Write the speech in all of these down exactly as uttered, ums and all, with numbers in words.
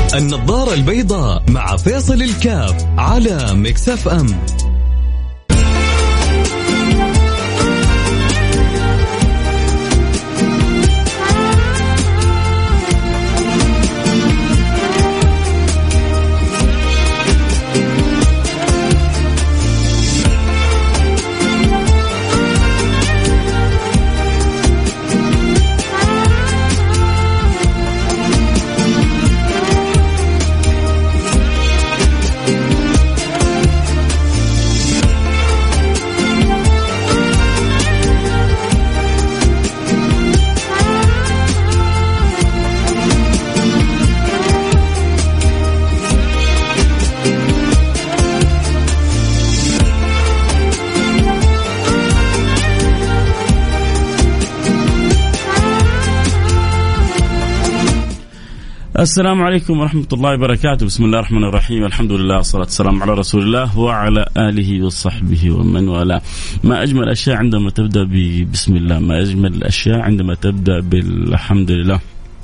النظارة البيضاء مع فيصل الكاف على ميكس اف ام. السلام عليكم ورحمة الله وبركاته. بسم الله الرحمن الرحيم. الحمد لله والصلاة والسلام على رسول الله وعلى آله وصحبه ومن والاه. ما أجمل الأشياء عندما تبدأ بسم الله، ما أجمل الأشياء عندما تبدأ بالحمد لله.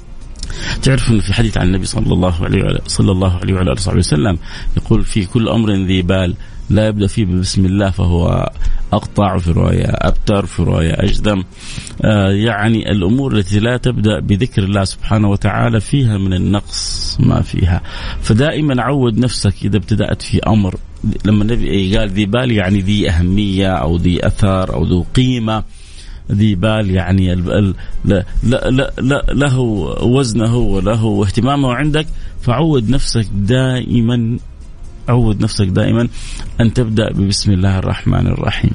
تعرف أن في حديث عن النبي صلى الله عليه وعلى صلى الله عليه وعلى آله وسلم يقول في كل أمر ذي بال لا يبدأ فيه بسم الله فهو أقطع، في رواية أبتر، في رواية أجدم. آه يعني الأمور التي لا تبدأ بذكر الله سبحانه وتعالى فيها من النقص ما فيها. فدائما عود نفسك إذا ابتدأت في أمر، لما النبي قال ذي بال يعني ذي أهمية أو ذي أثر أو ذو قيمة، ذي بال يعني ال ال لا لا لا لا له وزنه وله اهتمامه عندك. فعود نفسك دائما عود نفسك دائما أن تبدأ ببسم الله الرحمن الرحيم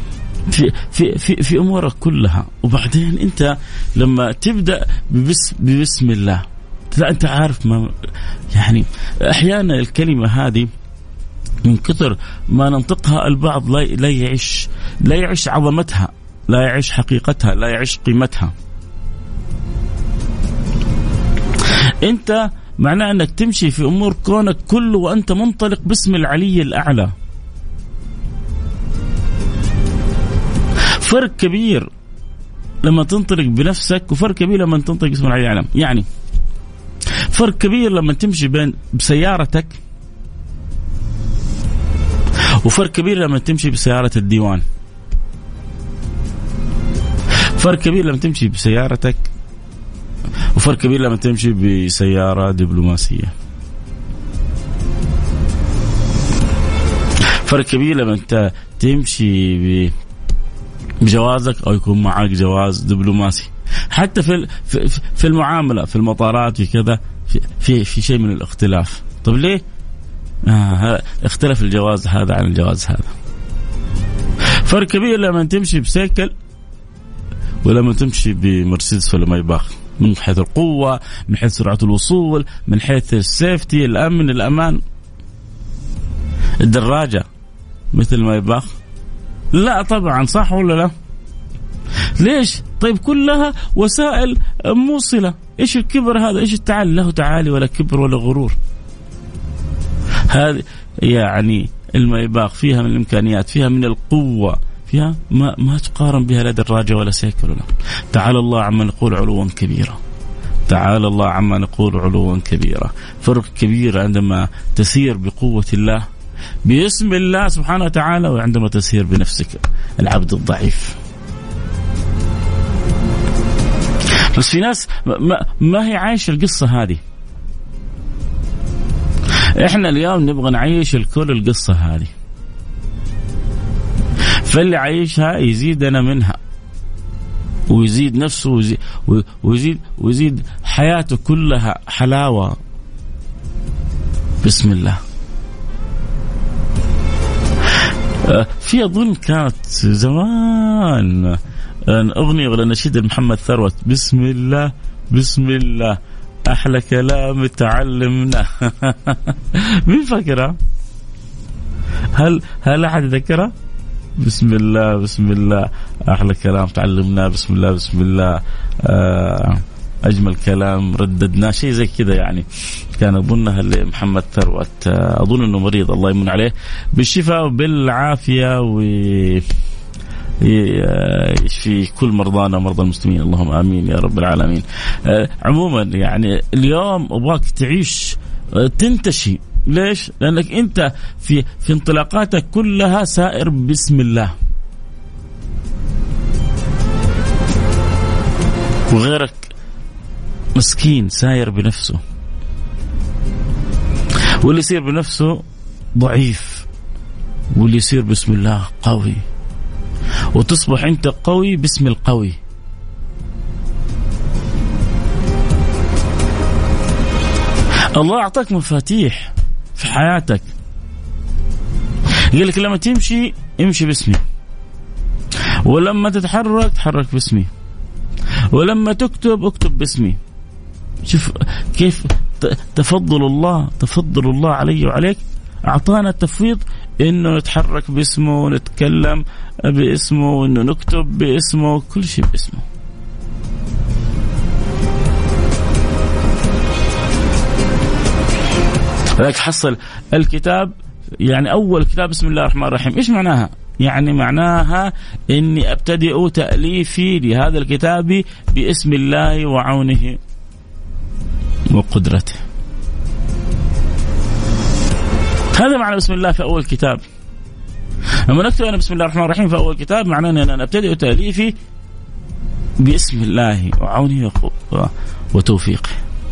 في في في في أمورك كلها. وبعدين أنت لما تبدأ ببسم, ببسم الله، لا أنت عارف ما يعني أحيانا الكلمة هذه من كثر ما ننطقها البعض لا لا يعيش لا يعيش عظمتها، لا يعيش حقيقتها، لا يعيش قيمتها. أنت معناه أنك تمشي في أمور كونك كله وأنت منطلق باسم العلي الأعلى. فرق كبير لما تنطلق بنفسك، وفرق كبير لما تنطلق باسم العلي الأعلى. يعني فرق كبير لما تمشي بين بسيارتك، وفرق كبير لما تمشي بسيارة الديوان. فرق كبير لما تمشي بسيارتك، وفرق كبير لما تمشي بسيارة دبلوماسية. فرق كبير لما انت تمشي بجوازك او يكون معك جواز دبلوماسي. حتى في في المعاملة في المطارات في كذا في في, في شيء من الاختلاف. طب ليه آه اختلف الجواز هذا عن الجواز هذا؟ فرق كبير لما تمشي بسيكل ولما تمشي بمرسيدس ولا مايباخ، من حيث القوة، من حيث سرعة الوصول، من حيث السيفتي، الأمن، الأمان. الدراجة مثل ما يباخ؟ لا طبعا، صح ولا لا؟ ليش؟ طيب كلها وسائل موصلة. إيش الكبر هذا؟ إيش التعالي؟ له تعالي ولا كبر ولا غرور. هذه يعني المايباخ فيها من الإمكانيات، فيها من القوة، فيها ما ما تقارن بها لا دراجة ولا سيكل ولا. تعالى الله عما نقول علوا كبيرا، تعالى الله عما نقول علوا كبيرا. فرق كبير عندما تسير بقوة الله باسم الله سبحانه وتعالى، وعندما تسير بنفسك العبد الضعيف. بس في ناس ما, ما هي عايشة القصة هذه. احنا اليوم نبغى نعيش الكل القصة هذه، فاللي عايشها يزيدنا منها ويزيد نفسه ويزيد ويزيد, ويزيد حياته كلها حلاوة بسم الله. في أظن كانت زمان أغنية ولا نشيد محمد ثروت، بسم الله بسم الله أحلى كلام تعلمنا. مين فاكرها؟ هل هل أحد ذكرها؟ بسم الله بسم الله أحلى كلام تعلمنا، بسم الله بسم الله آه أجمل كلام رددناه، شيء زي كذا. يعني كان أظنها لمحمد ثروت، أظن أنه مريض الله يمن عليه بالشفاء وبالعافية و في كل مرضانا ومرضى المسلمين، اللهم آمين يا رب العالمين. عموما يعني اليوم أبغاك تعيش تنتشي. ليش؟ لأنك أنت في في انطلاقاتك كلها سائر بسم الله، وغيرك مسكين ساير بنفسه، واللي يصير بنفسه ضعيف، واللي يصير بسم الله قوي، وتصبح أنت قوي باسم القوي. الله أعطاك مفاتيح في حياتك، يقول لك لما تمشي امشي باسمي، ولما تتحرك تحرك باسمي، ولما تكتب اكتب باسمي. شوف كيف تفضل الله، تفضل الله علي وعليك. أعطانا التفويض إنه نتحرك باسمه، ونتكلم باسمه، وإنه نكتب باسمه، كل شيء باسمه. لذلك حصل الكتاب، يعني أول كتاب بسم الله الرحمن الرحيم. إيش معناها؟ يعني معناها إني أبتدئ تأليفي لهذا الكتاب باسم الله وعونه وقدرته. هذا معنى بسم الله في أول كتاب. لما نكتب أنا بسم الله الرحمن الرحيم في أول كتاب، معناه أن أنا أبتدئ تأليفي باسم الله وعونه وتوفيقه.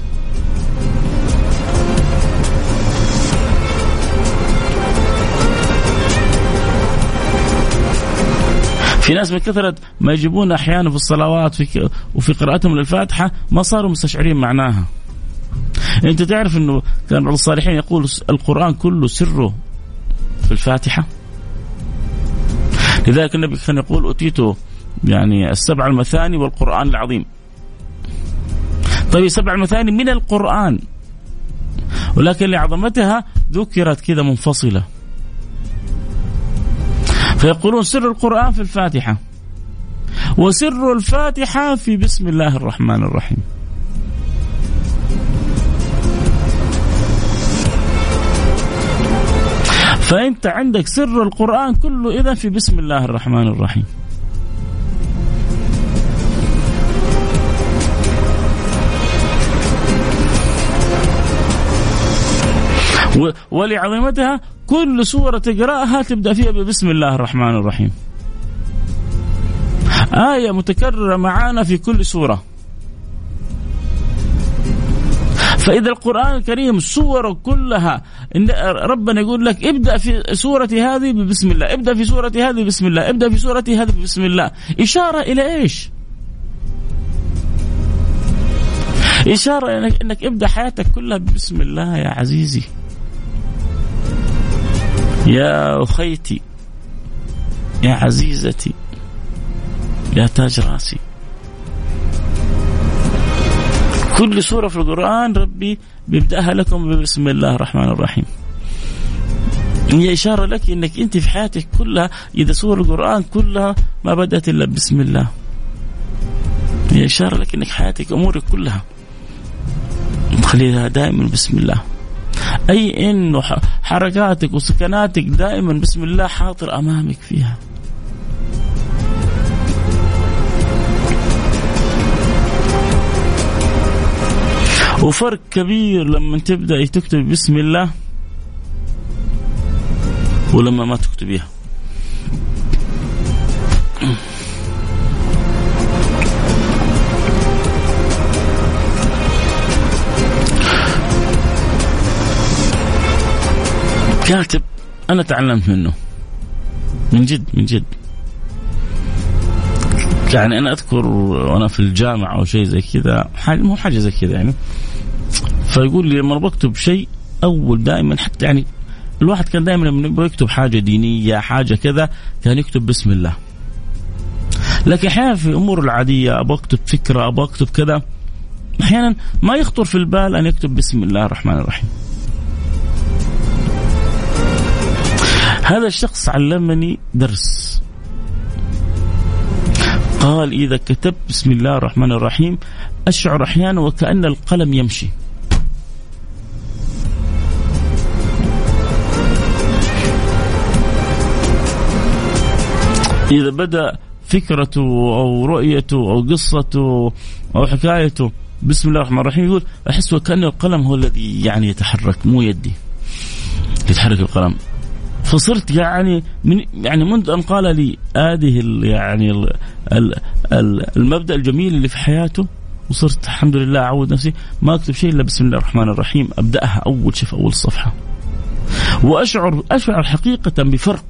في ناس من كثرة ما يجيبون أحيانا في الصلوات وفي قراءتهم للفاتحة ما صاروا مستشعرين معناها. أنت تعرف أنه كان الصالحين يقول القرآن كله سره في الفاتحة. لذلك النبي كان يقول أتيته يعني السبع المثاني والقرآن العظيم. طيب سبع المثاني من القرآن، ولكن لعظمتها ذكرت كذا منفصلة، فيقولون سر القرآن في الفاتحة، وسر الفاتحة في بسم الله الرحمن الرحيم. فأنت عندك سر القرآن كله إذا في بسم الله الرحمن الرحيم. ولعظمتها كل سورة تقرأها تبدأ فيها بسم الله الرحمن الرحيم. آية متكررة معانا في كل سورة. فإذا القرآن الكريم سوره كلها إن ربنا يقول لك ابدأ في سورة هذه بسم الله، ابدأ في سورة هذه بسم الله، ابدأ في سورة هذه بسم الله، إشارة إلى إيش؟ إشارة إنك, إنك ابدأ حياتك كلها بسم الله يا عزيزي، يا أخيتي، يا عزيزتي، يا تاج راسي. كل سورة في القرآن ربي بيبدأها لكم بسم الله الرحمن الرحيم. هي إشارة لك إنك أنت في حياتك كلها إذا سورة القرآن كلها ما بدأت إلا بسم الله. هي إشارة لك إنك حياتك أمورك كلها خليها دائما بسم الله. أي إنه حركاتك وسكناتك دائما بسم الله حاضر أمامك فيها. وفرق كبير لما تبدأ تكتب بسم الله ولما ما تكتبيها. كاتب أنا تعلمت منه من جد من جد. يعني أنا أذكر وأنا في الجامعة أو شيء زي كذا، مو حاجة زي كذا يعني، فيقول لي لما بكتب شيء أول دائما، حتى يعني الواحد كان دائما لما يكتب حاجة دينية حاجة كذا كان يكتب بسم الله. لكن أحيانا في أمور العادية أبغى أكتب فكرة أبغى أكتب كذا، أحيانا ما يخطر في البال أن يكتب بسم الله الرحمن الرحيم. هذا الشخص علمني درس، قال إذا كتبت بسم الله الرحمن الرحيم أشعر أحيانا وكأن القلم يمشي. إذا بدأ فكرته أو رؤيته أو قصته أو حكايته بسم الله الرحمن الرحيم يقول أحس وكأن القلم هو الذي يعني يتحرك، مو يدي يتحرك القلم. فصرت يعني من يعني منذ أن قال لي هذه يعني ال ال ال المبدأ الجميل اللي في حياته، وصرت الحمد لله أعود نفسي ما أكتب شيء إلا بسم الله الرحمن الرحيم، أبدأها أول شيء في أول صفحة، وأشعر أشعر حقيقة بفرق،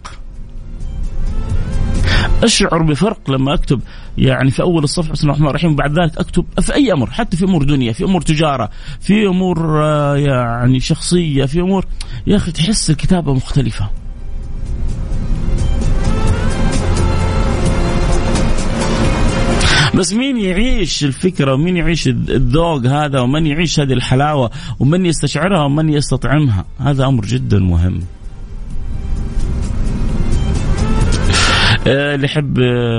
أشعر بفرق لما أكتب يعني في أول الصفحة بسم الله الرحمن الرحيم، وبعد ذلك أكتب في أي أمر، حتى في أمور دنيا، في أمور تجارة، في أمور يعني شخصية، في أمور يا أخي تحس الكتابة مختلفة. بس مين يعيش الفكرة ومين يعيش الذوق هذا ومن يعيش هذه الحلاوة ومن يستشعرها ومن يستطعمها، هذا أمر جدا مهم. اللي يحب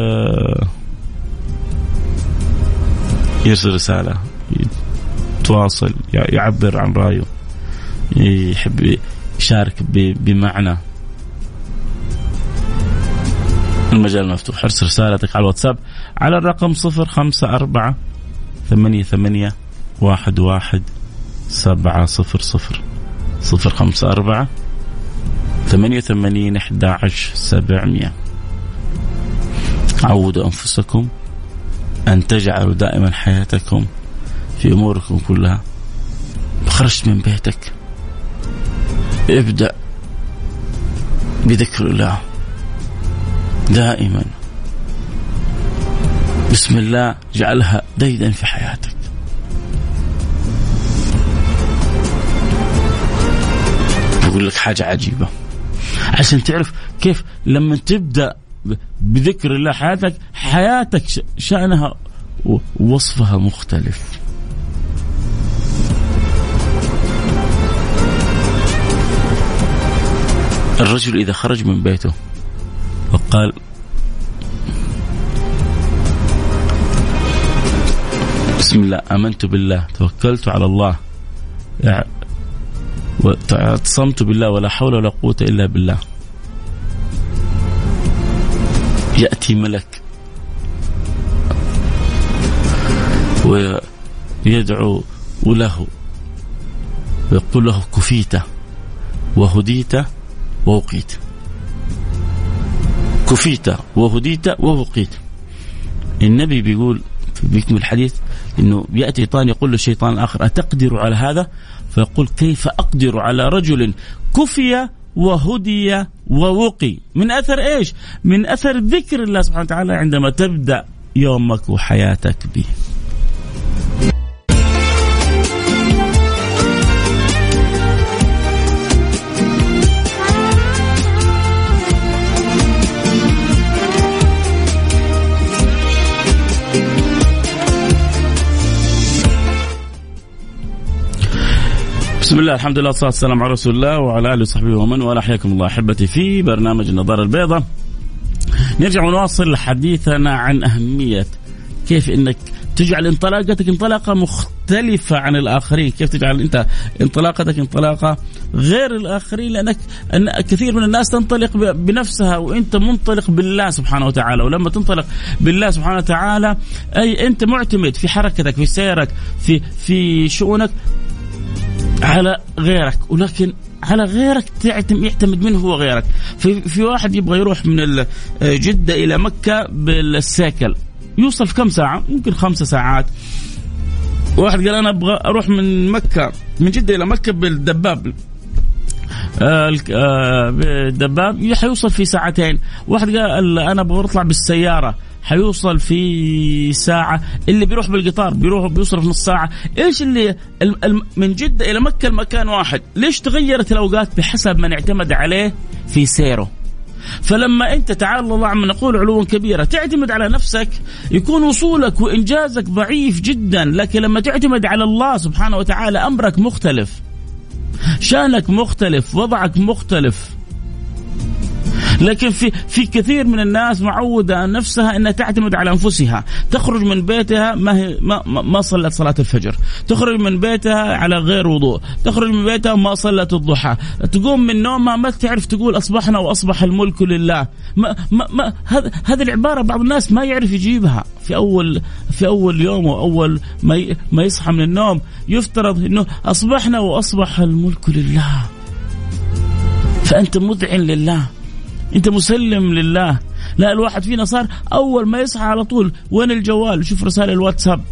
يرسل رسالة، يتواصل، يعبر عن رأيه، يحب يشارك بمعنى، المجال مفتوح. ارسل رسالتك على الواتساب على الرقم صفر خمسة أربعة ثمانية ثمانية واحد واحد سبعة صفر صفر صفر خمسة أربعة ثمانية ثمانين أحد عشر سبعمية. عودوا أنفسكم أن تجعلوا دائما حياتكم في أموركم كلها. خرجت من بيتك ابدأ بذكر الله دائما، بسم الله جعلها ديدا في حياتك. أقول لك حاجة عجيبة عشان تعرف كيف لما تبدأ بذكر الله حياتك حياتك شأنها ووصفها مختلف. الرجل إذا خرج من بيته وقال بسم الله آمنت بالله توكلت على الله واعتصمت بالله ولا حول ولا قوة إلا بالله، يأتي ملك ويدعو له ويقول له كفيت وهديت ووقيت، كفيت وهديت ووقيت. النبي بيقول بيكمل الحديث إنه يأتي شيطان يقول للشيطان الآخر أتقدر على هذا؟ فيقول كيف أقدر على رجل كفي وهدي ووقي؟ من أثر إيش؟ من أثر ذكر الله سبحانه وتعالى عندما تبدأ يومك وحياتك به. بسم الله الحمد لله والصلاة والسلام على رسول الله وعلى آله وصحبه ومن والاه. حياكم الله أحبتي في برنامج النظارة البيضاء. نرجع ونواصل حديثنا عن أهمية كيف إنك تجعل انطلاقتك انطلاقة مختلفة عن الآخرين، كيف تجعل أنت انطلاقتك انطلاقة غير الآخرين، لأنك أن كثير من الناس تنطلق بنفسها وأنت منطلق بالله سبحانه وتعالى. ولما تنطلق بالله سبحانه وتعالى أي أنت معتمد في حركتك في سيرك في في شؤونك على غيرك، ولكن على غيرك يعتمد منه هو غيرك. في, في واحد يبغى يروح من جدة إلى مكة بالسيكل يوصل في كم ساعة؟ ممكن خمسة ساعات. واحد قال أنا أبغى أروح من مكة من جدة إلى مكة بالدباب بالدباب حيوصل في ساعتين. واحد قال أنا أبغى أطلع بالسيارة حيوصل في ساعة. اللي بيروح بالقطار بيروح بيوصل في نص ساعة. إيش اللي من جدة إلى مكة المكان واحد، ليش تغيرت الأوقات؟ بحسب من اعتمد عليه في سيره. فلما أنت تعالى الله عما نقول علوا كبيرة تعتمد على نفسك يكون وصولك وإنجازك ضعيف جدا، لكن لما تعتمد على الله سبحانه وتعالى أمرك مختلف، شأنك مختلف، وضعك مختلف. لكن في في كثير من الناس معودة نفسها أنها تعتمد على أنفسها، تخرج من بيتها ما هي ما ما صلت صلاة الفجر، تخرج من بيتها على غير وضوء، تخرج من بيتها ما صلت الضحى، تقوم من نومها ما تعرف تقول أصبحنا وأصبح الملك لله. ما ما ما هذا هذه العبارة بعض الناس ما يعرف يجيبها في أول في أول يوم وأول ما ما يصحى من النوم، يفترض إنه أصبحنا وأصبح الملك لله. فأنت مذعن لله، أنت مسلم لله. لا، الواحد فينا صار أول ما يصحى على طول وين الجوال، شوف رسائل الواتساب،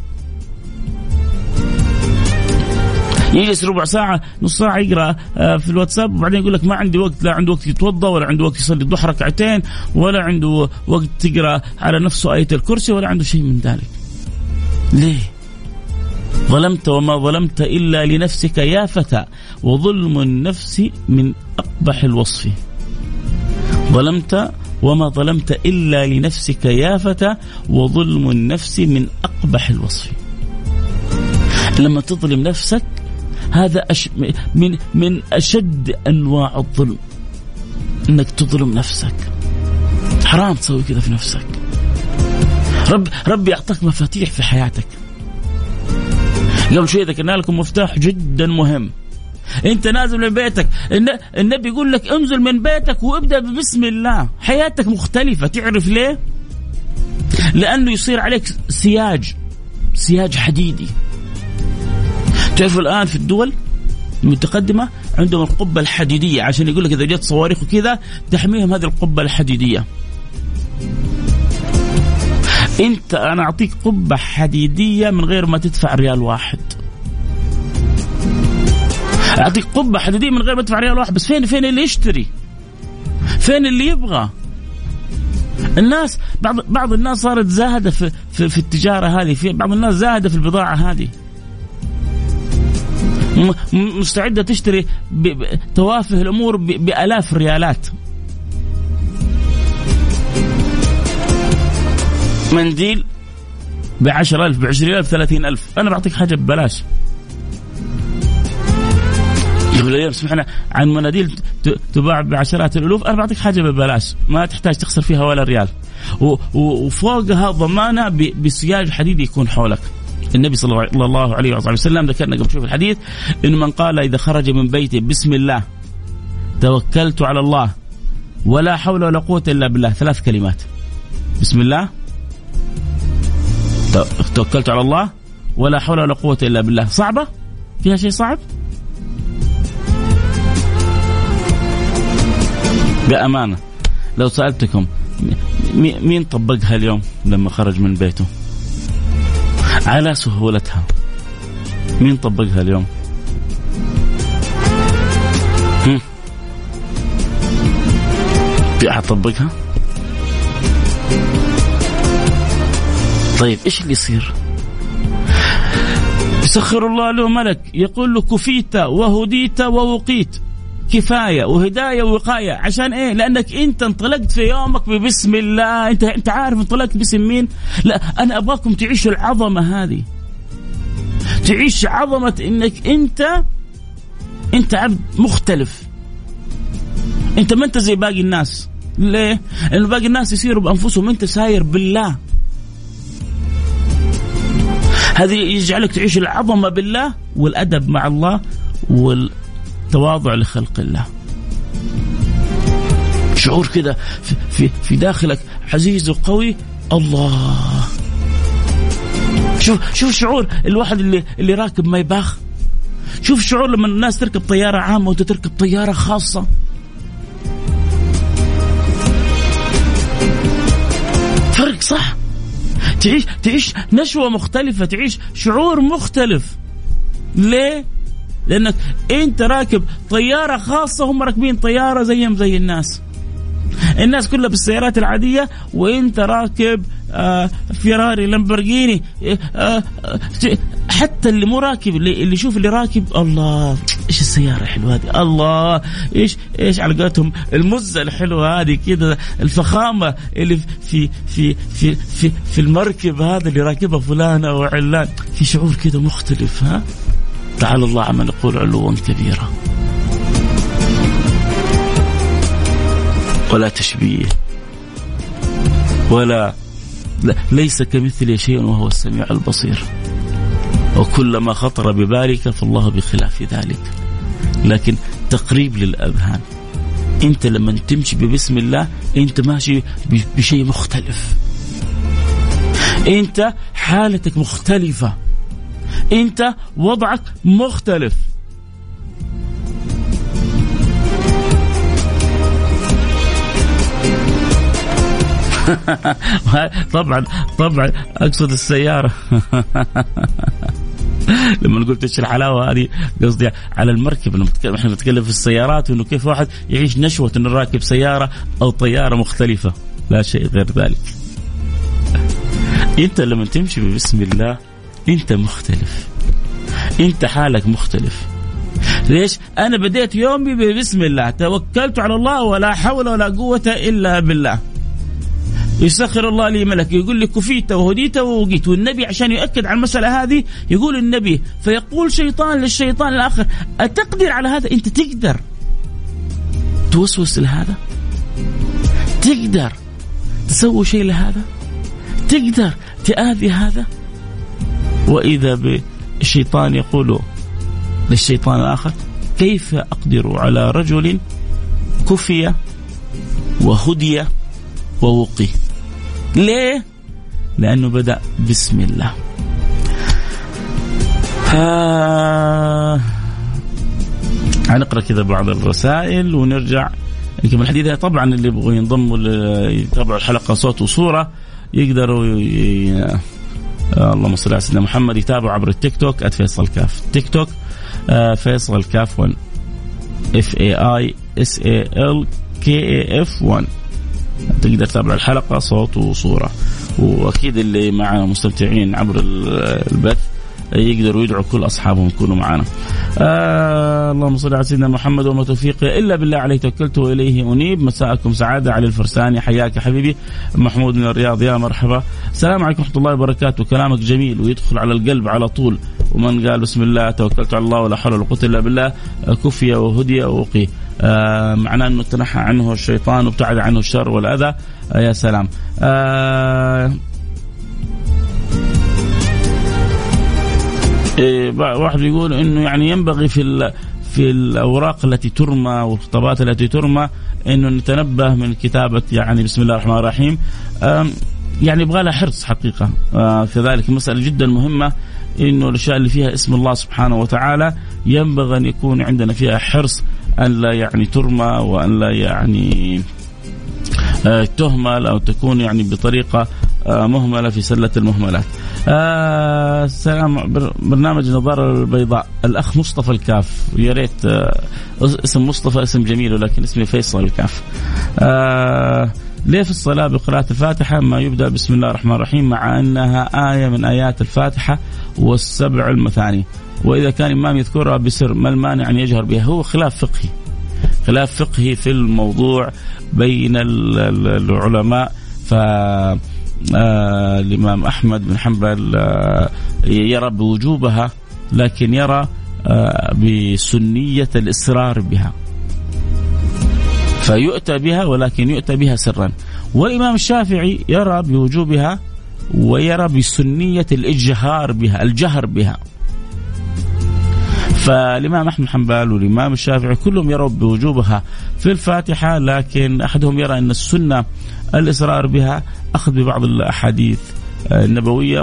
يجلس ربع ساعة نص ساعة يقرأ في الواتساب وبعدين يقول لك ما عندي وقت. لا عنده وقت يتوضأ، ولا عنده وقت يصلي الضحى ركعتين، ولا عنده وقت تقرأ على نفسه آية الكرسي، ولا عنده شيء من ذلك. ليه؟ ظلمت وما ظلمت إلا لنفسك يا فتى، وظلم النفس من أقبح الوصف. ظلمت وما ظلمت إلا لنفسك يا فتى، وظلم النفس من أقبح الوصف. لما تظلم نفسك هذا أش من من أشد أنواع الظلم، إنك تظلم نفسك. حرام تسوي كذا في نفسك. رب ربي يعطيك مفاتيح في حياتك. قبل شوي ذكرنا لكم مفتاح جدا مهم. انت نازل من بيتك، النبي يقول لك انزل من بيتك وابدأ بسم الله. حياتك مختلفة. تعرف ليه؟ لأنه يصير عليك سياج سياج حديدي. تعرفوا الآن في الدول المتقدمة عندهم القبة الحديدية، عشان يقول لك إذا جت صواريخ وكذا تحميهم هذه القبة الحديدية. انت انا اعطيك قبة حديدية من غير ما تدفع ريال واحد. اعطيك قبة حديدية من غير ما تدفع ريال واحد. بس فين فين اللي يشتري؟ فين اللي يبغى؟ الناس بعض بعض الناس صارت زاهدة في في, في التجارة هذه، في بعض الناس زاهدة في البضاعة هذه، مستعدة تشتري توافه الأمور بآلاف الريالات. منديل بعشر ألف، بعشرين ألف، ثلاثين ألف. أنا بعطيك حاجة ببلاش. يقول لي سمعنا عن مناديل تباع بعشرات الألوف، أنا بعطيك حاجة ببلاش ما تحتاج تخسر فيها ولا ريال، وفوقها ضمانة بسياج حديد يكون حولك. النبي صلى الله عليه وسلم ذكرنا قبل شوف الحديث إن من قال إذا خرج من بيته بسم الله توكلت على الله ولا حول ولا قوة إلا بالله، ثلاث كلمات: بسم الله، توكلت على الله، ولا حول ولا قوة إلا بالله. صعبة؟ فيها شيء صعب؟ بأمانة لو سألتكم مين طبقها اليوم لما خرج من بيته على سهولتها؟ مين طبقها اليوم؟ هم؟ في أحد طبقها؟ طيب إيش اللي يصير؟ يسخر الله له ملك يقول له كفيت وهديت ووقيت. كفاية وهداية ووقاية. عشان إيه؟ لأنك أنت انطلقت في يومك ببسم الله. أنت أنت عارف انطلقت باسم مين؟ لا، أنا أبغاكم تعيشوا العظمة هذه، تعيش عظمة إنك أنت أنت عبد مختلف. أنت ما أنت زي باقي الناس. ليه؟ لأنه باقي الناس يسيروا بأنفسهم، أنت ساير بالله. هذه يجعلك تعيش العظمة بالله والأدب مع الله والتواضع لخلق الله. شعور كده في, في, في داخلك عزيز وقوي. الله، شوف شوف شعور الواحد اللي اللي راكب ما يباخ. شوف شعور لما الناس تركب طيارة عامة وانت تركب طيارة خاصة. فرق صح. تعيش تعيش نشوة مختلفة، تعيش شعور مختلف. ليه؟ لأنك أنت راكب طيارة خاصة، هم راكبين طيارة زيهم زي الناس. الناس كلها بالسيارات العادية وأنت راكب آه فيراري لامبورغيني. آه آه حتى اللي مو راكب، اللي, اللي يشوف اللي راكب، الله إيش السيارة حلوة هذه، الله إيش إيش علاقتهم المزة الحلوة هذه كده، الفخامة اللي في في في في في المركب هذا اللي راكبها فلانة وعلان. في شعور كده مختلف. ها، تعالى الله عما نقول علوا كبيرا. ولا تشبيه ولا لا ليس كمثله شيء وهو السميع البصير. وكلما خطر ببالك فالله بخلاف ذلك. لكن تقريب للأذهان. أنت لما تمشي ببسم الله أنت ماشي بشيء مختلف، أنت حالتك مختلفة، أنت وضعك مختلف. طبعا طبعا أقصد السيارة. لما قلت ايش الحلاوه هذه قصدي على المركب. لما احنا نتكلم في السيارات وانه كيف واحد يعيش نشوه انه راكب سياره او طياره مختلفه، لا شيء غير ذلك. انت لما تمشي بسم الله انت مختلف، انت حالك مختلف. ليش؟ انا بديت يومي ببسم الله، توكلت على الله ولا حول ولا قوه الا بالله. يسخر الله لي ملك يقول لي كفيت وهديت ووقيت. والنبي عشان يؤكد على المسألة هذه يقول النبي فيقول شيطان للشيطان الآخر أتقدر على هذا؟ أنت تقدر توسوس لهذا؟ تقدر تسوي شيء لهذا؟ تقدر تآذي هذا؟ وإذا بالشيطان يقول للشيطان الآخر كيف أقدر على رجل كفي وهدي ووقي؟ ليه؟ لأنه بدأ بسم الله. آه... هنقرأ كذا بعض الرسائل ونرجع نكمل الحديث. طبعا اللي يبغوا ينضموا يتابعوا الحلقة صوت وصورة يقدروا ي... آه اللهم صل على سيدنا محمد يتابعوا عبر التيك توك @فيصل كاف. تيك توك آه فيصل كاف واحد F A I S A L K A F واحد. تقدر تتابع الحلقة صوت وصورة. وأكيد اللي معنا مستمتعين عبر البث يقدروا يدعوا كل أصحابهم يكونوا معنا. آه اللهم صل على سيدنا محمد وما توفيقي إلا بالله عليه توكلت وإليه أنيب. مساءكم سعادة. علي الفرساني حياك حبيبي. محمود من الرياض يا مرحبا. السلام عليكم ورحمة الله وبركاته. كلامك جميل ويدخل على القلب على طول. ومن قال بسم الله توكلت على الله ولا حول ولا قوة إلا بالله كفي وهدي ووقي. آه معناه أنه تنحى عنه الشيطان وابتعد عنه الشر والأذى. آه يا سلام. آه إيه واحد يقول إنه يعني ينبغي في في الأوراق التي ترمى والخطابات التي ترمى إنه نتنبه من كتابة يعني بسم الله الرحمن الرحيم. آه يعني يبغى لها حرص حقيقة. آه كذلك مسألة جدا مهمة إنه الأشياء اللي فيها اسم الله سبحانه وتعالى ينبغي أن يكون عندنا فيها حرص أن لا يعني ترمى وأن لا يعني آه تهمل أو تكون يعني بطريقة آه مهملة في سلة المهملات. آه سلام. برنامج نظارة البيضاء الأخ مصطفى الكاف. يا ريت آه اسم مصطفى اسم جميل ولكن اسمي فيصل الكاف. آه ليه في الصلاة بقراءة الفاتحة ما يبدأ بسم الله الرحمن الرحيم مع أنها آية من آيات الفاتحة والسبع المثاني؟ وإذا كان إمام يذكرها بسر ما المانع أن يجهر بها؟ هو خلاف فقهي، خلاف فقهي في الموضوع بين العلماء. ف آه الإمام أحمد بن حنبل آه يرى بوجوبها لكن يرى آه بسنية الإصرار بها فيؤتى بها ولكن يؤتى بها سرا. والإمام الشافعي يرى بوجوبها ويرى بسنية الإجهار بها الجهر بها. فالإمام أحمد بن حنبل والإمام الشافعي كلهم يروا بوجوبها في الفاتحة لكن أحدهم يرى أن السنة الإصرار بها أخذ ببعض الأحاديث النبوية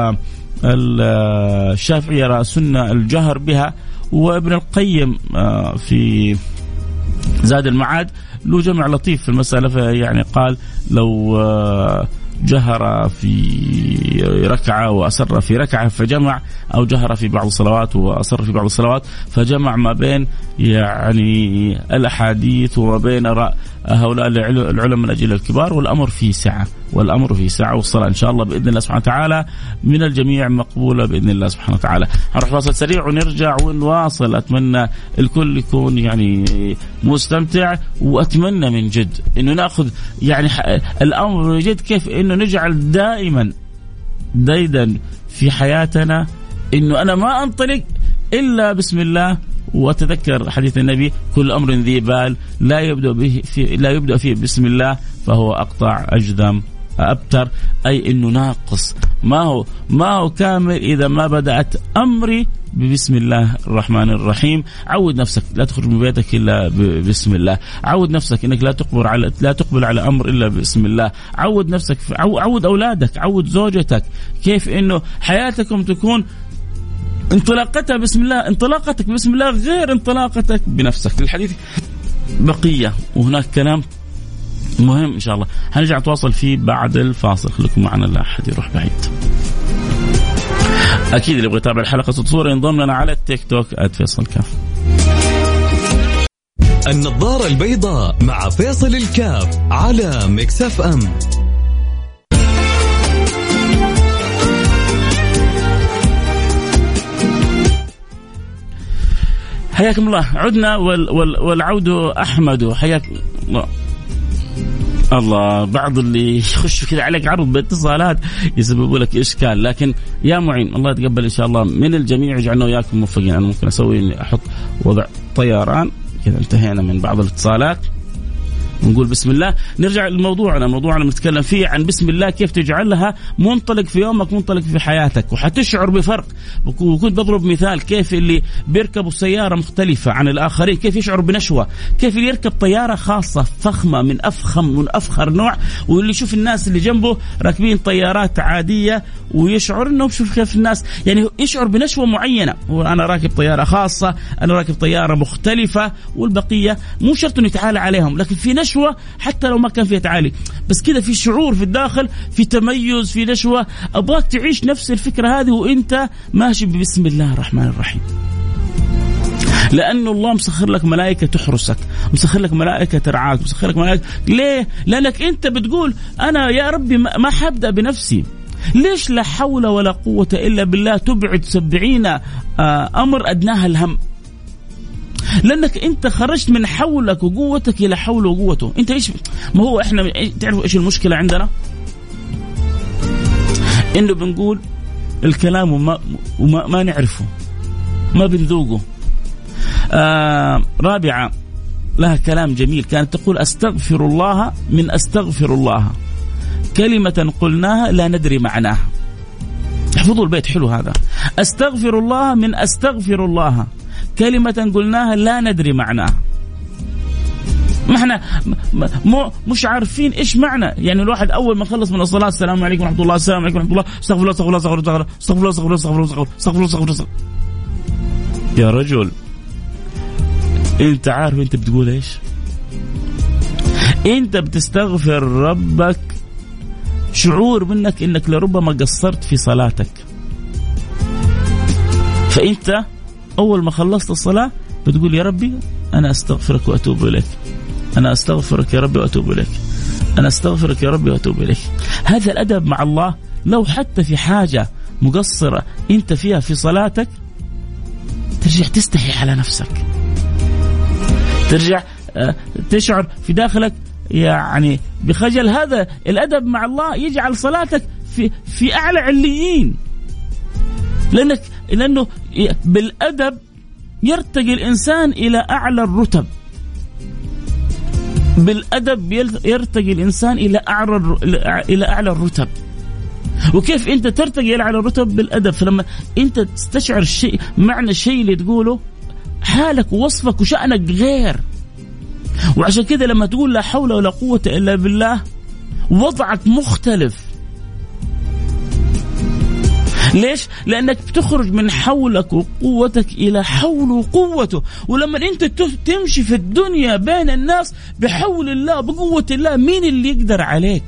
والشافعي يرى سنة الجهر بها. وابن القيم في زاد المعاد له جمع لطيف في المسألة يعني قال لو جهر في ركعة وأسر في ركعة فجمع أو جهر في بعض الصلوات وأسر في بعض الصلوات فجمع ما بين يعني الأحاديث وما بين هؤلاء العلماء من أجل الكبار. والأمر في سعة والأمر في سعة والصلاة إن شاء الله بإذن الله سبحانه وتعالى من الجميع مقبولة بإذن الله سبحانه وتعالى. هنروح فاصل سريع ونرجع ونواصل. أتمنى الكل يكون يعني مستمتع وأتمنى من جد إنه نأخذ يعني الأمر من جد كيف إنه نجعل دائما دايدا في حياتنا إنه أنا ما أنطلق إلا بسم الله وتذكر حديث النبي كل أمر ذي بال لا يبدأ به في لا يبدأ فيه بسم الله فهو أقطع أجذم أبتر، أي إنه ناقص، ما هو ما هو كامل إذا ما بدأت أمري بسم الله الرحمن الرحيم. عود نفسك لا تخرج من بيتك إلا بسم الله، عود نفسك إنك لا تقبل على لا تقبل على أمر إلا بسم الله، عود نفسك، عود أولادك، عود زوجتك كيف إنه حياتكم تكون انطلاقتها بسم الله، انطلاقتك بسم الله غير انطلاقتك بنفسك. الحديث بقية وهناك كلام مهم إن شاء الله هنرجع نتواصل فيه بعد الفاصل، خليكم معنا لا أحد يروح بعيد. أكيد اللي يبغى يتابع الحلقة صورة ينضم لنا على التيك توك @فيصل كاف. النظارة البيضاء مع فيصل الكاف على ميكس اف ام. حياكم الله، عدنا وال وال والعود أحمد. حياك الله. الله بعض اللي يخشوا كذا عليك عرض باتصالات يسببوا لك إشكال، لكن يا معين الله يتقبل إن شاء الله من الجميع ويجعلنا وياكم موفقين. أنا ممكن أسوي إني أحط وضع طيران كذا. انتهينا من بعض الاتصالات ونقول بسم الله. نرجع لموضوعنا، موضوعنا نتكلم فيه عن بسم الله، كيف تجعلها منطلق في يومك، منطلق في حياتك، وحتشعر بفرق. وكنت بضرب مثال كيف اللي بيركبوا سيارة مختلفة عن الآخرين كيف يشعر بنشوة، كيف اللي يركب طيارة خاصة فخمة من أفخم من أفخر نوع، واللي يشوف الناس اللي جنبه راكبين طيارات عادية ويشعر إنه شوف كيف الناس يعني يشعر بنشوة معينة. وأنا راكب طيارة خاصة، أنا راكب طيارة مختلفة، والبقية مو شرط إنه يتعالى عليهم، لكن في نشوة حتى لو ما كان فيها تعالي، بس كذا في شعور في الداخل، في تميز، في نشوة. أبغاك تعيش نفس الفكرة هذه وإنت ماشي بسم الله الرحمن الرحيم، لأنه الله مسخر لك ملائكة تحرسك، مسخر لك ملائكة ترعاك، مسخر لك ملائكة. ليه؟ لأنك أنت بتقول أنا يا ربي ما حبدأ بنفسي. ليش لا حول ولا قوة إلا بالله تبعد سبعين أمر أدناها الهم؟ لأنك أنت خرجت من حولك وقوتك إلى حول وقوته. أنت إيش؟ ما هو إحنا تعرفوا إيش المشكلة عندنا؟ إنه بنقول الكلام وما وما ما نعرفه، ما بنذوقه. آه رابعة لها كلام جميل، كانت تقول أستغفر الله من أستغفر الله، كلمة قلناها لا ندري معناها. احفظوا البيت حلو هذا. أستغفر الله من أستغفر الله، كلمة قلناها لا ندري معناها. ما احنا مو مش عارفين ايش معنى. يعني الواحد اول ما خلص من الصلاه السلام عليكم ورحمه الله، السلام عليكم ورحمه الله، استغفر الله استغفر الله استغفر الله استغفر الله استغفر الله استغفر الله استغفر الله استغفر الله. يا رجل انت عارف انت بتقول ايش؟ انت بتستغفر ربك شعور منك انك لربما قصرت في صلاتك، فانت أول ما خلصت الصلاة بتقول يا ربي أنا أستغفرك وأتوب إليك، أنا أستغفرك يا ربي وأتوب إليك، أنا أستغفرك يا ربي وأتوب إليك. هذا الأدب مع الله. لو حتى في حاجة مقصرة أنت فيها في صلاتك ترجع تستحي على نفسك، ترجع تشعر في داخلك يعني بخجل. هذا الأدب مع الله يجعل صلاتك في في أعلى عليين، لأنك لأنه بالأدب يرتقي الإنسان إلى أعلى الرتب، بالأدب يرتقي الإنسان إلى أعلى إلى أعلى الرتب. وكيف أنت ترتقي إلى أعلى الرتب؟ بالأدب. فلما أنت تستشعر الشيء معنى الشيء اللي تقوله، حالك ووصفك وشأنك غير. وعشان كذا لما تقول لا حول ولا قوة إلا بالله وضعك مختلف. ليش؟ لأنك بتخرج من حولك وقوتك إلى حول وقوته. ولما أنت تمشي في الدنيا بين الناس بحول الله بقوة الله، مين اللي يقدر عليك؟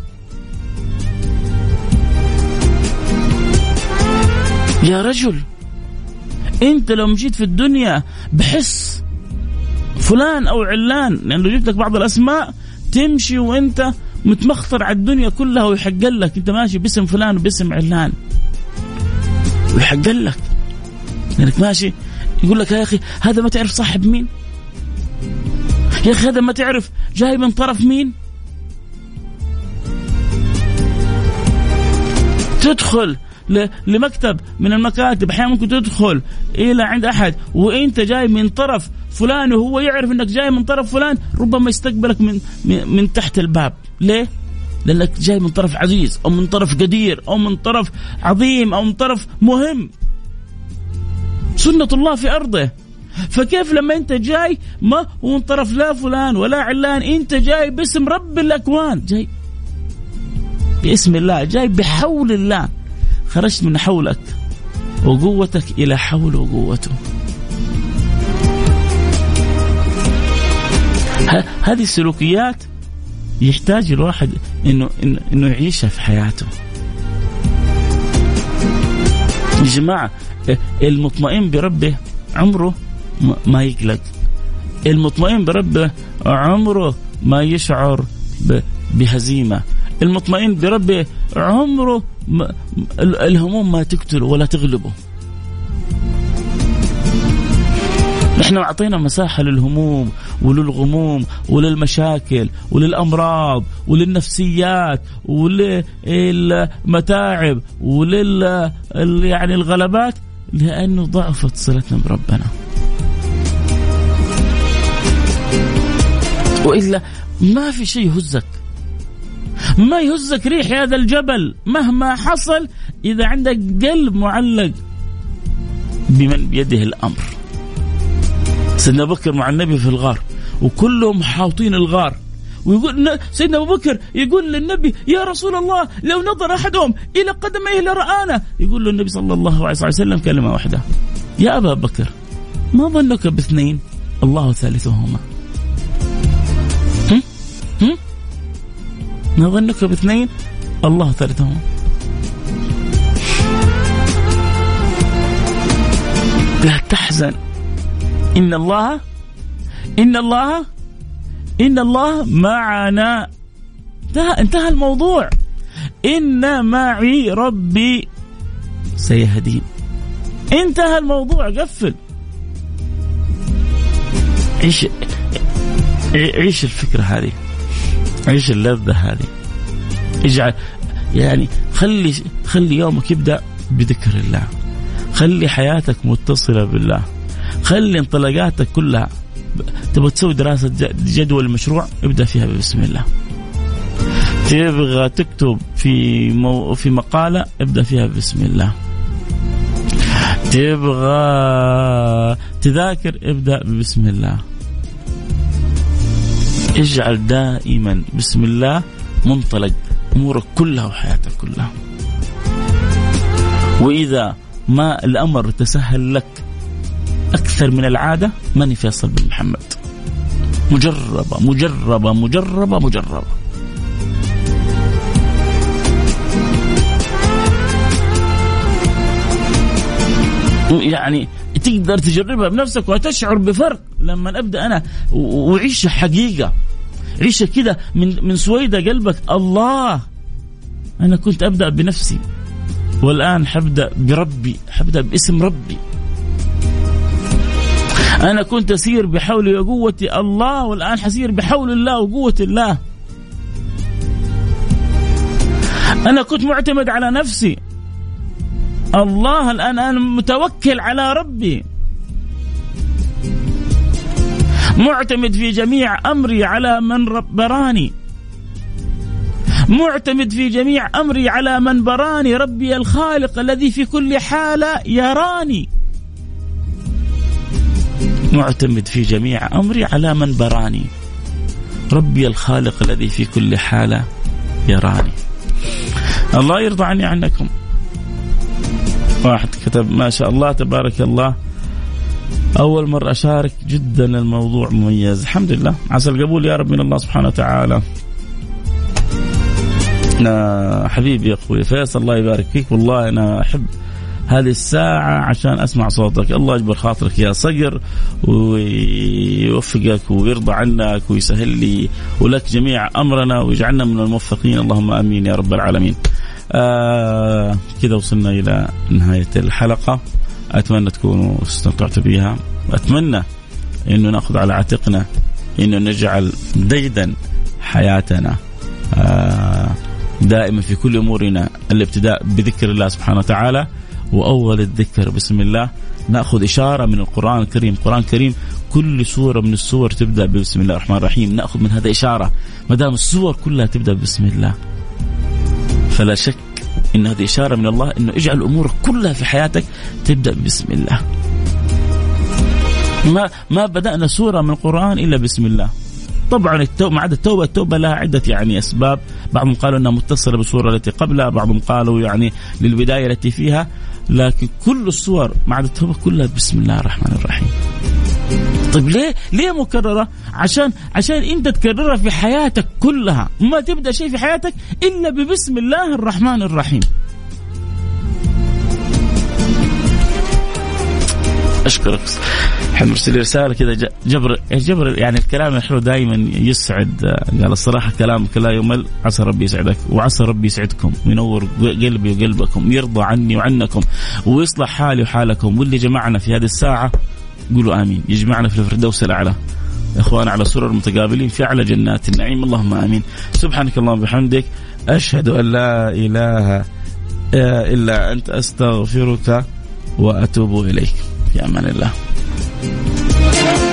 يا رجل أنت لو مشيت في الدنيا بحس فلان أو علان، لأن لو جبت لك بعض الأسماء تمشي وأنت متمخطر على الدنيا كلها ويحق لك أنت ماشي باسم فلان وباسم علان، ويحق لك لأنك ماشي. يقول لك يا أخي هذا ما تعرف صاحب مين، يا أخي هذا ما تعرف جاي من طرف مين. تدخل لمكتب من المكاتب، أحيانا ممكن تدخل إلى عند أحد وإنت جاي من طرف فلان وهو يعرف أنك جاي من طرف فلان، ربما يستقبلك من من تحت الباب. ليه؟ لأنك جاي من طرف عزيز أو من طرف قدير أو من طرف عظيم أو من طرف مهم. سنة الله في أرضه. فكيف لما أنت جاي ما هو من طرف لا فلان ولا علان، أنت جاي باسم رب الأكوان، جاي باسم الله، جاي بحول الله. خرجت من حولك وقوتك إلى حول وقوته. هذه السلوكيات يحتاج الواحد إنه إنه يعيشها في حياته. يا جماعة المطمئن بربه عمره ما يقلق، المطمئن بربه عمره ما يشعر بهزيمة، المطمئن بربه عمره ما الهموم ما تقتله ولا تغلبه. نحن أعطينا مساحة للهموم وللغموم وللمشاكل وللأمراض وللنفسيات وللمتاعب ولل يعني الغلبات، لأنه ضعفت صلتنا بربنا. وإلا ما في شيء يهزك، ما يهزك ريح هذا الجبل مهما حصل إذا عندك قلب معلق بمن بيده الأمر. سيدنا بكر مع النبي في الغار وكلهم حاطين الغار، ويقول سيدنا أبو بكر يقول للنبي يا رسول الله لو نظر أحدهم إلى قدميه لرآنا. يقول له النبي صلى الله عليه وسلم كلمة واحدة: يا أبا بكر ما ظنك باثنين الله ثالثهما؟ هم؟ هم؟ ما ظنك باثنين الله ثالثهما؟ لا تحزن إن الله إن الله إن الله معنا. انتهى, انتهى الموضوع. إن معي ربي سيهدين. انتهى الموضوع، قفل. عيش عيش الفكرة هذه، عيش اللذة هذه. اجعل يعني خلي خلي يومك يبدأ بذكر الله، خلي حياتك متصلة بالله، خلي انطلاقاتك كلها. تبغى تسوي دراسة جدول المشروع ابدأ فيها بسم الله. تبغى تكتب في مو في مقالة ابدأ فيها بسم الله. تبغى تذاكر ابدأ بسم الله. اجعل دائما بسم الله منطلق أمورك كلها وحياتك كلها. وإذا ما الأمر تسهل لك أكثر من العادة، ماني فيصل بن محمد. مجربة مجربة مجربة مجربة. يعني تقدر تجربها بنفسك وتشعر بفرق لما أبدأ أنا وعيش حقيقة، عيش كده من من سويدة قلبك. الله، أنا كنت أبدأ بنفسي والآن حبدأ بربي، حبدأ باسم ربي. أنا كنت أسير بحولي وقوتي الله والآن حسير بحول الله وقوة الله. أنا كنت معتمد على نفسي الله، الآن أنا متوكل على ربي، معتمد في جميع أمري على من براني، معتمد في جميع أمري على من براني، ربي الخالق الذي في كل حالة يراني. معتمد في جميع أمري على من براني، ربي الخالق الذي في كل حالة يراني. الله يرضى عني عنكم. واحد كتب ما شاء الله تبارك الله، أول مرة أشارك، جدا الموضوع مميز. الحمد لله، عسى القبول يا رب من الله سبحانه وتعالى. أنا حبيبي يا أخوي فيصل، الله يبارك فيك. والله أنا أحب هذه الساعة عشان أسمع صوتك. الله يجبر خاطرك يا صقر ويوفقك ويرضى عنك ويسهل لي ولك جميع أمرنا ويجعلنا من الموفقين، اللهم آمين يا رب العالمين. آه كذا وصلنا إلى نهاية الحلقة. أتمنى تكونوا استمتعتوا بها، أتمنى إنه نأخذ على عاتقنا إنه نجعل ديدا حياتنا آه دائما في كل أمورنا الابتداء بذكر الله سبحانه وتعالى، وأول الذكر بسم الله. نأخذ إشارة من القرآن الكريم. القرآن الكريم كل سورة من السور تبدأ بسم الله الرحمن الرحيم، نأخذ من هذا إشارة. ما دام السور كلها تبدأ بسم الله فلا شك إن هذه إشارة من الله إنه اجعل الأمور كلها في حياتك تبدأ بسم الله. ما ما بدأنا سورة من القرآن إلا بسم الله. طبعا التوبة، ما عدا التوبة، التوبة لها عدة يعني أسباب. بعضهم قالوا أنها متصلة بالسورة التي قبلها، بعضهم قالوا يعني للبداية التي فيها، لكن كل السور ما عدا التوبة كلها بسم الله الرحمن الرحيم. طيب ليه ليه مكررة؟ عشان عشان أنت تكررها في حياتك كلها، ما تبدأ شيء في حياتك إلا ببسم الله الرحمن الرحيم. أشكرك حمد مرسل رسالة كذا جبر جبر يعني الكلام الحلو دائما يسعد. قال الصراحة كلامك لا يمل، عسى ربي يسعدك وعسى ربي يسعدكم وينور قلبي وقلبكم، يرضى عني وعنكم ويصلح حالي وحالكم. واللي جمعنا في هذه الساعة قولوا آمين، يجمعنا في الفردوس الأعلى إخوانا على سرر متقابلين في أعلى جنات النعيم، اللهم آمين. سبحانك اللهم وبحمدك، أشهد أن لا إله إلا أنت، أستغفرك وأتوب إليك. في أمان الله.